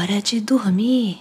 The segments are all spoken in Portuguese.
Hora de dormir.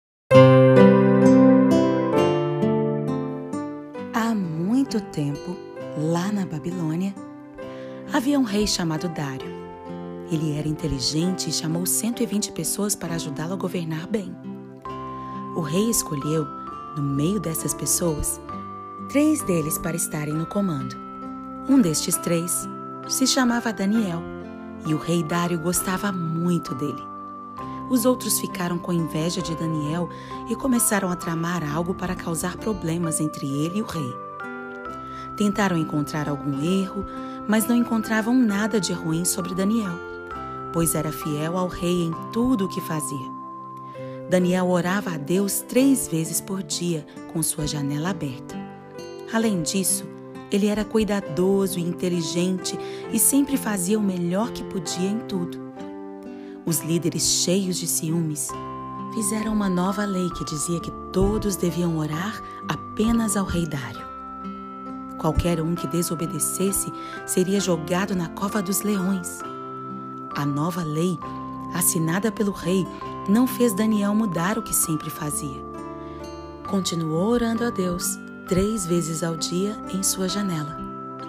Há muito tempo, lá na Babilônia, havia um rei chamado Dário. Ele era inteligente e chamou 120 pessoas para ajudá-lo a governar bem. O rei escolheu, no meio dessas pessoas, 3 deles para estarem no comando. Um destes 3 se chamava Daniel, e o rei Dário gostava muito dele. Os outros ficaram com inveja de Daniel e começaram a tramar algo para causar problemas entre ele e o rei. Tentaram encontrar algum erro, mas não encontravam nada de ruim sobre Daniel, pois era fiel ao rei em tudo o que fazia. Daniel orava a Deus 3 vezes por dia, com sua janela aberta. Além disso, ele era cuidadoso e inteligente e sempre fazia o melhor que podia em tudo. Os líderes, cheios de ciúmes, fizeram uma nova lei que dizia que todos deviam orar apenas ao rei Dário. Qualquer um que desobedecesse seria jogado na cova dos leões. A nova lei, assinada pelo rei, não fez Daniel mudar o que sempre fazia. Continuou orando a Deus 3 vezes ao dia em sua janela.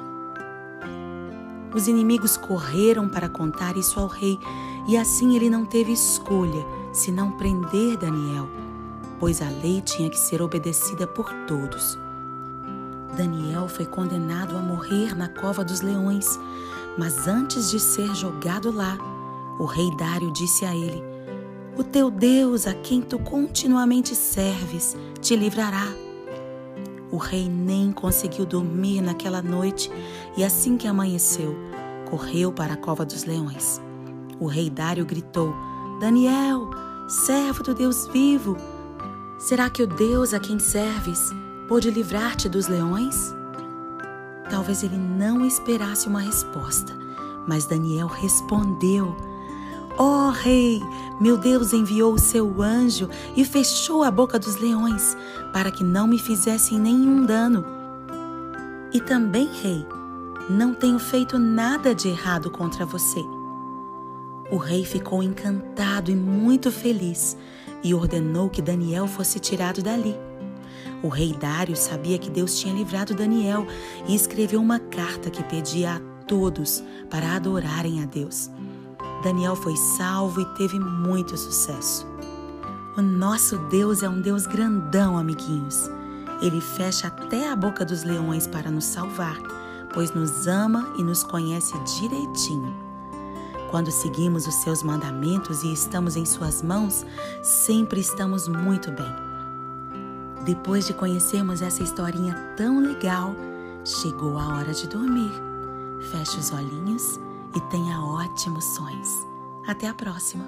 Os inimigos correram para contar isso ao rei, e assim ele não teve escolha senão prender Daniel, pois a lei tinha que ser obedecida por todos. Daniel foi condenado a morrer na cova dos leões, mas antes de ser jogado lá, o rei Dário disse a ele: "O teu Deus, a quem tu continuamente serves, te livrará." O rei nem conseguiu dormir naquela noite e assim que amanheceu, correu para a cova dos leões. O rei Dário gritou: "Daniel, servo do Deus vivo, será que o Deus a quem serves pôde livrar-te dos leões?" Talvez ele não esperasse uma resposta, mas Daniel respondeu: "Ó rei, meu Deus enviou o seu anjo e fechou a boca dos leões, para que não me fizessem nenhum dano. E também, rei, não tenho feito nada de errado contra você." O rei ficou encantado e muito feliz e ordenou que Daniel fosse tirado dali. O rei Dário sabia que Deus tinha livrado Daniel e escreveu uma carta que pedia a todos para adorarem a Deus. Daniel foi salvo e teve muito sucesso. O nosso Deus é um Deus grandão, amiguinhos. Ele fecha até a boca dos leões para nos salvar, pois nos ama e nos conhece direitinho. Quando seguimos os seus mandamentos e estamos em suas mãos, sempre estamos muito bem. Depois de conhecermos essa historinha tão legal, chegou a hora de dormir. Feche os olhinhos e tenha ótimos sonhos. Até a próxima.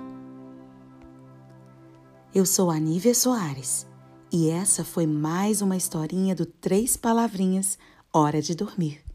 Eu sou a Nívia Soares e essa foi mais uma historinha do 3 Palavrinhas, Hora de Dormir.